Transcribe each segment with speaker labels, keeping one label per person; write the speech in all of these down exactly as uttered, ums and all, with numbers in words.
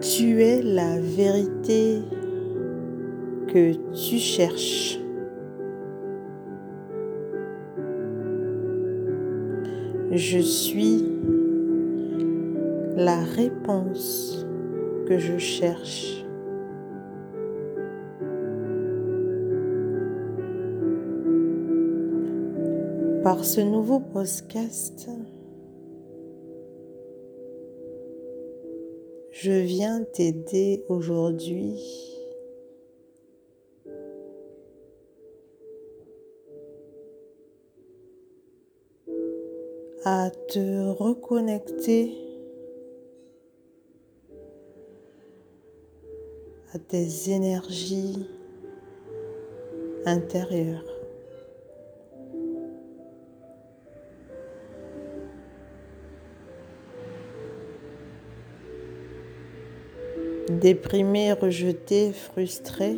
Speaker 1: Tu es la vérité que tu cherches. Je suis la réponse que je cherche. Par ce nouveau podcast, je viens t'aider aujourd'hui à te reconnecter à tes énergies intérieures. Déprimé, rejeté, frustré,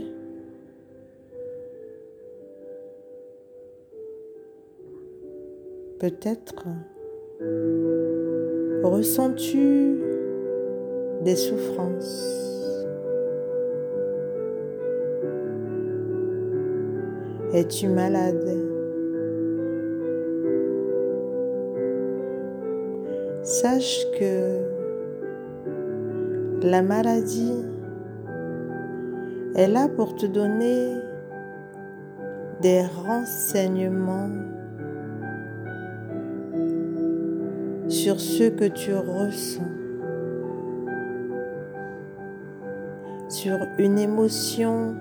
Speaker 1: peut-être ressens-tu des souffrances? Es-tu malade? Sache que la maladie est là pour te donner des renseignements sur ce que tu ressens, sur une émotion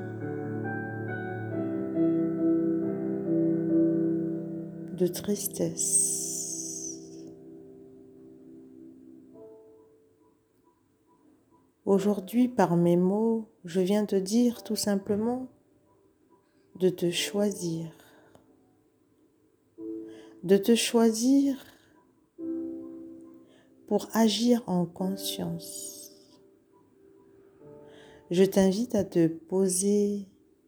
Speaker 1: de tristesse. Aujourd'hui, par mes mots, je viens te dire tout simplement de te choisir. De te choisir pour agir en conscience. Je t'invite à te poser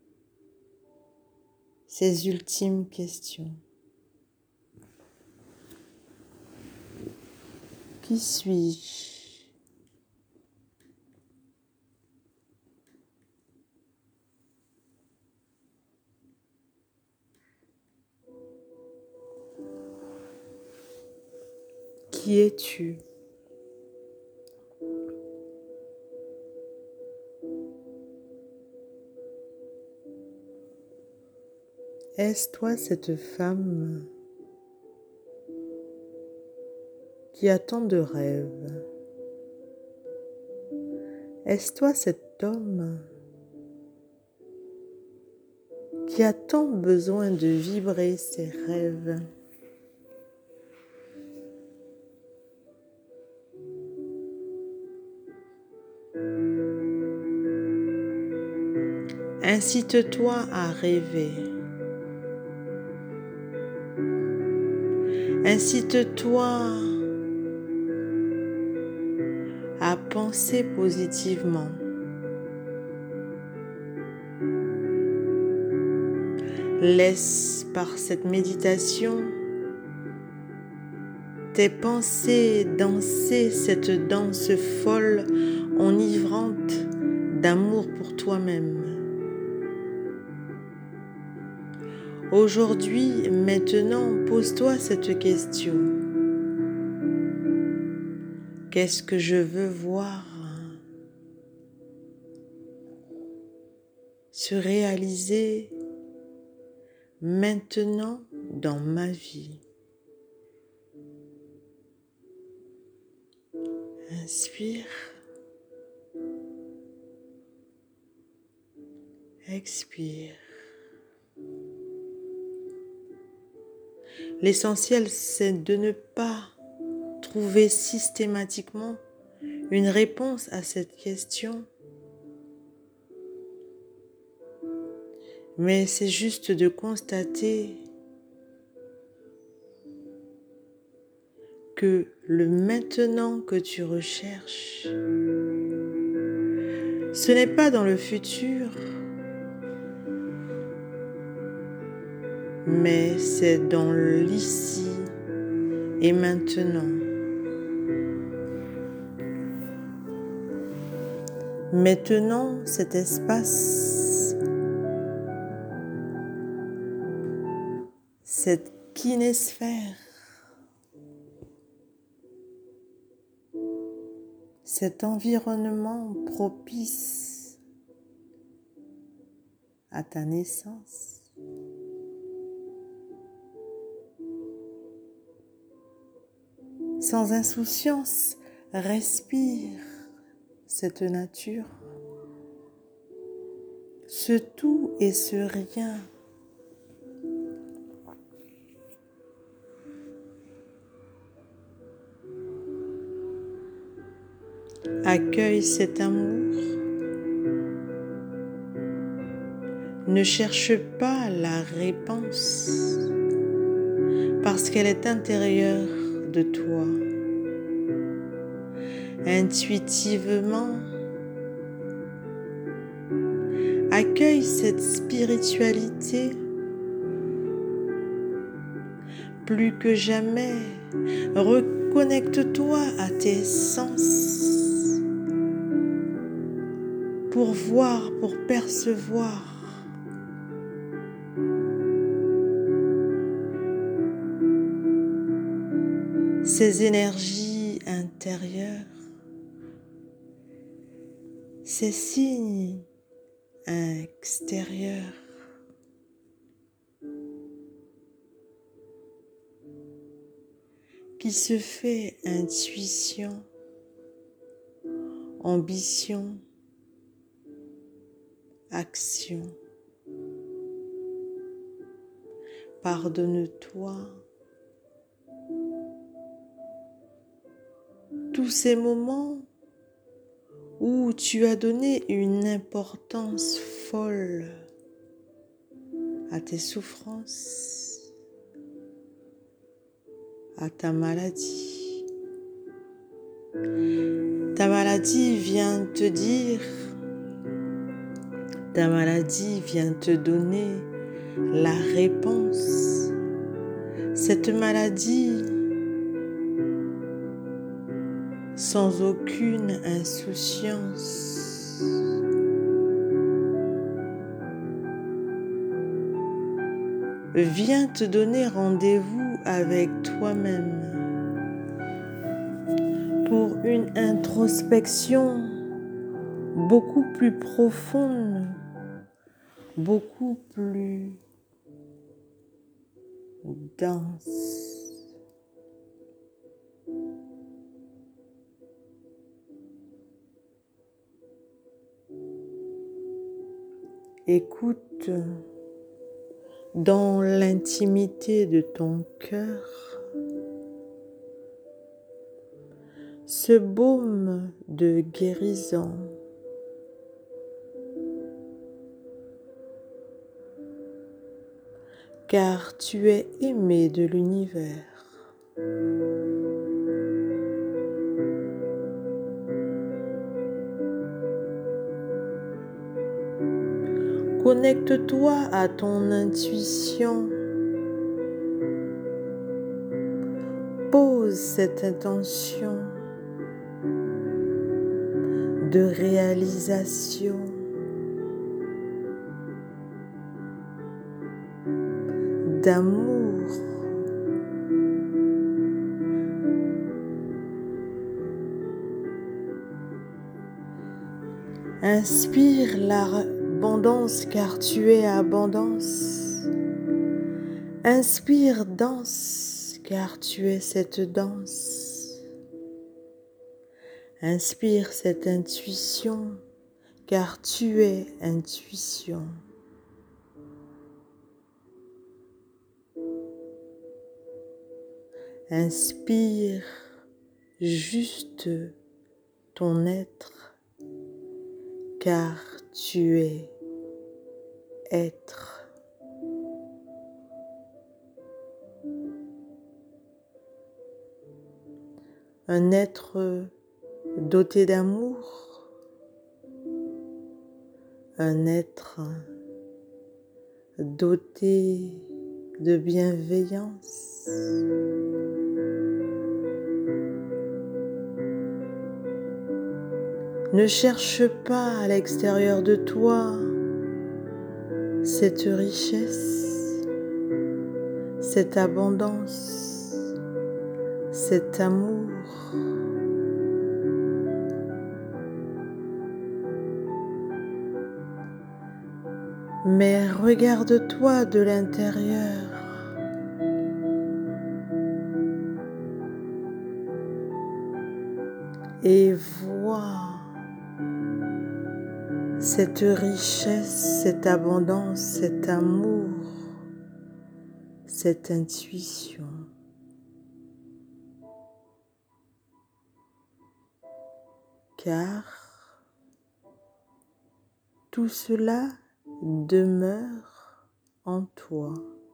Speaker 1: ces ultimes questions. Qui suis-je? Qui es-tu? Est-ce toi cette femme qui a tant de rêves? Est-ce toi cet homme qui a tant besoin de vibrer ses rêves? Incite-toi à rêver. Incite-toi à penser positivement. Laisse par cette méditation tes pensées danser cette danse folle, enivrante d'amour pour toi-même. Aujourd'hui, maintenant, pose-toi cette question. Qu'est-ce que je veux voir se réaliser maintenant dans ma vie? Inspire. Expire. L'essentiel, c'est de ne pas trouver systématiquement une réponse à cette question, mais c'est juste de constater que le maintenant que tu recherches, ce n'est pas dans le futur, mais c'est dans l'ici et maintenant. Maintenant, cet espace, cette kinésphère, cet environnement propice à ta naissance, sans insouciance, respire cette nature, ce tout et ce rien. Accueille cet amour. Ne cherche pas la réponse parce qu'elle est intérieure de toi. Intuitivement, accueille cette spiritualité. Plus que jamais, reconnecte-toi à tes sens pour voir, pour percevoir. Ces énergies intérieures, ces signes extérieurs. Qui se fait intuition, ambition, action. Pardonne-toi tous ces moments où tu as donné une importance folle à tes souffrances, à ta maladie. Ta maladie vient te dire, ta maladie vient te donner la réponse. Cette maladie, sans aucune insouciance, vient te donner rendez-vous avec toi-même pour une introspection beaucoup plus profonde, beaucoup plus dense. Écoute dans l'intimité de ton cœur ce baume de guérison. Car tu es aimé de l'univers. Connecte-toi à ton intuition. Pose cette intention de réalisation, d'amour, inspire l'abondance car tu es abondance. Inspire, danse car tu es cette danse. Inspire cette intuition car tu es intuition. Inspire juste ton être, car tu es être. Un être doté d'amour, un être doté de bienveillance. Ne cherche pas à l'extérieur de toi cette richesse, cette abondance, cet amour. Mais regarde-toi de l'intérieur. Et vois cette richesse, cette abondance, cet amour, cette intuition. Car tout cela demeure en toi.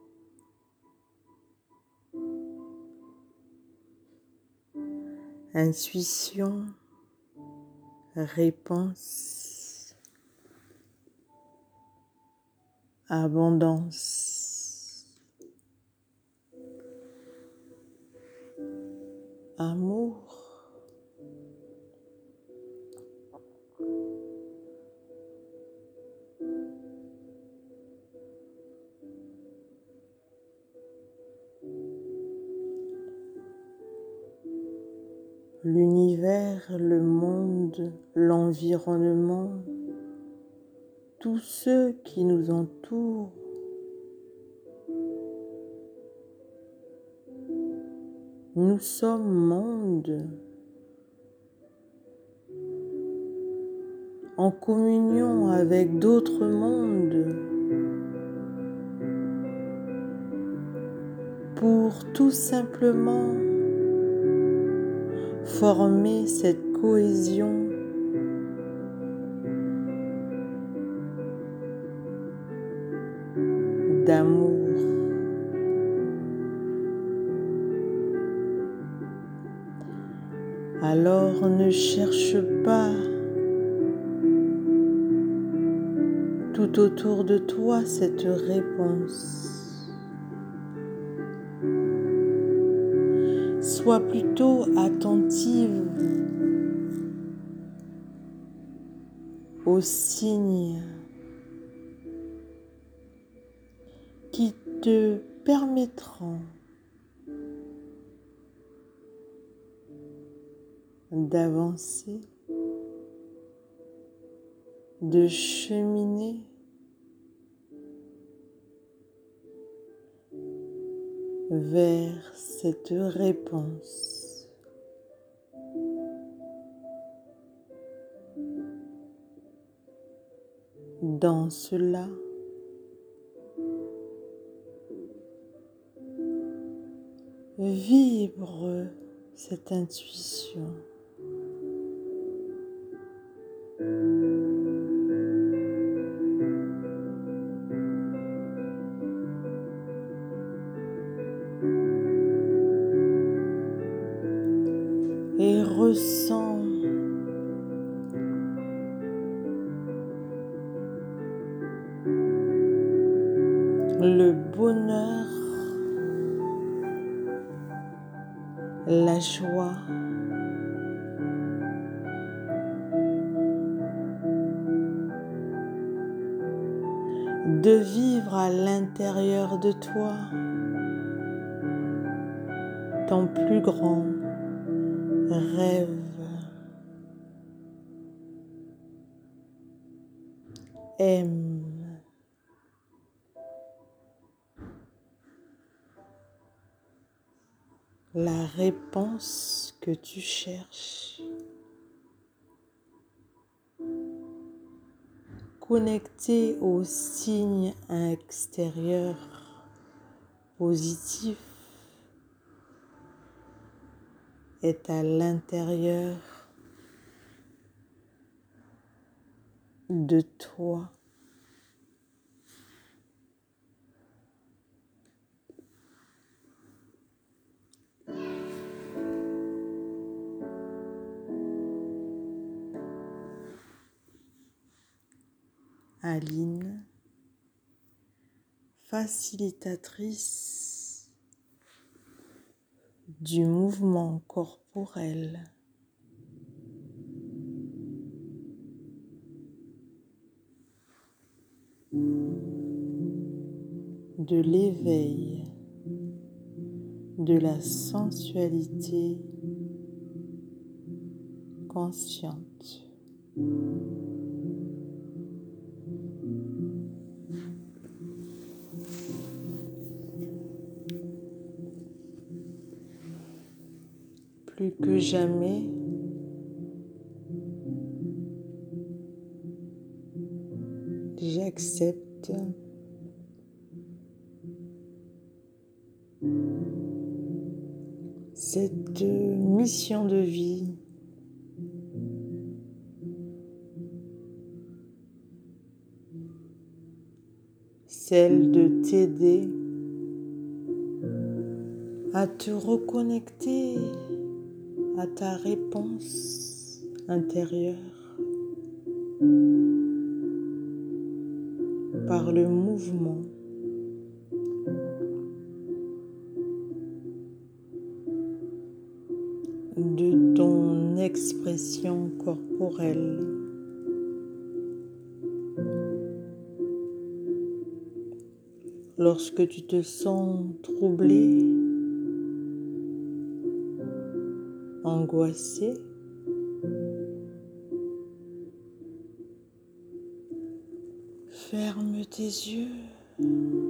Speaker 1: Intuition, réponse, abondance, amour. L'univers, le monde, l'environnement, tous ceux qui nous entourent nous sommes monde, en communion avec d'autres mondes, pour tout simplement former cette cohésion d'amour. Alors ne cherche pas tout autour de toi cette réponse. Sois plutôt attentive aux signes qui te permettront d'avancer, de cheminer vers cette réponse. Dans cela, vibre cette intuition. Et ressens le bonheur, la joie, de vivre à l'intérieur de toi ton plus grand rêve. Aime. La réponse que tu cherches. Connecté aux signes extérieurs positifs est à l'intérieur de toi. Aline, facilitatrice du mouvement corporel. de l'éveil, de la sensualité consciente. Plus que jamais, j'accepte cette mission de vie celle de t'aider à te reconnecter à ta réponse intérieure par le mouvement de ton expression corporelle. Lorsque tu te sens troublé, angoissé, ferme tes yeux.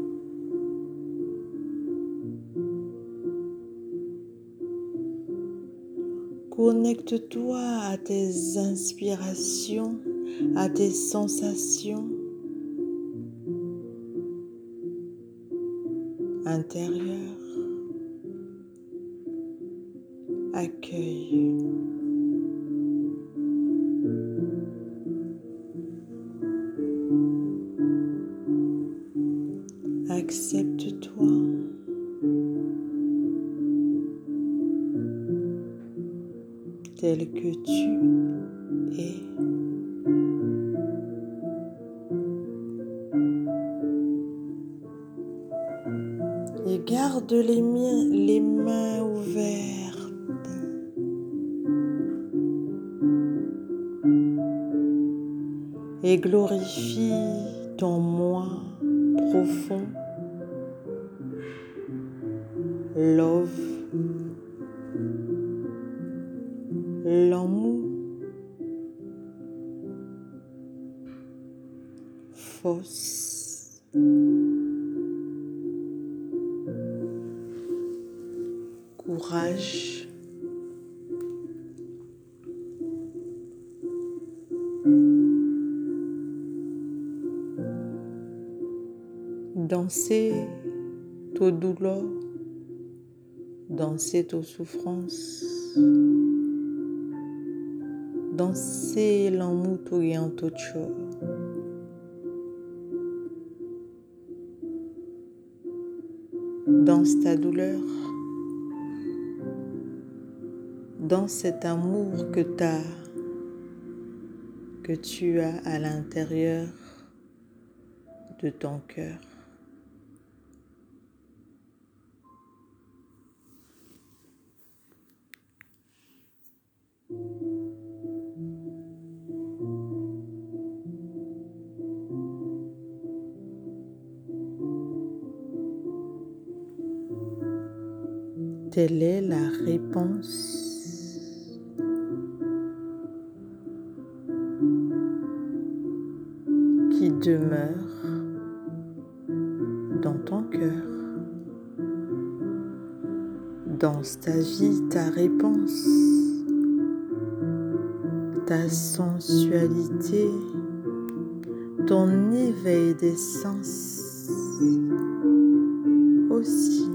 Speaker 1: Connecte-toi à tes inspirations, à tes sensations intérieures. Accueille. Accepte-toi. Tel que tu es. Et garde les, mains, les mains ouvertes. Et glorifie ton moi profond. Love. L'amour. Force. Courage. Danser tes douleurs, danser tes souffrances, danser l'amour tout en tout chose. Danse ta douleur, dans cet amour que t'as, que tu as à l'intérieur de ton cœur. Telle est la réponse qui demeure dans ton cœur. Danse ta vie, ta réponse, ta sensualité, ton éveil des sens aussi.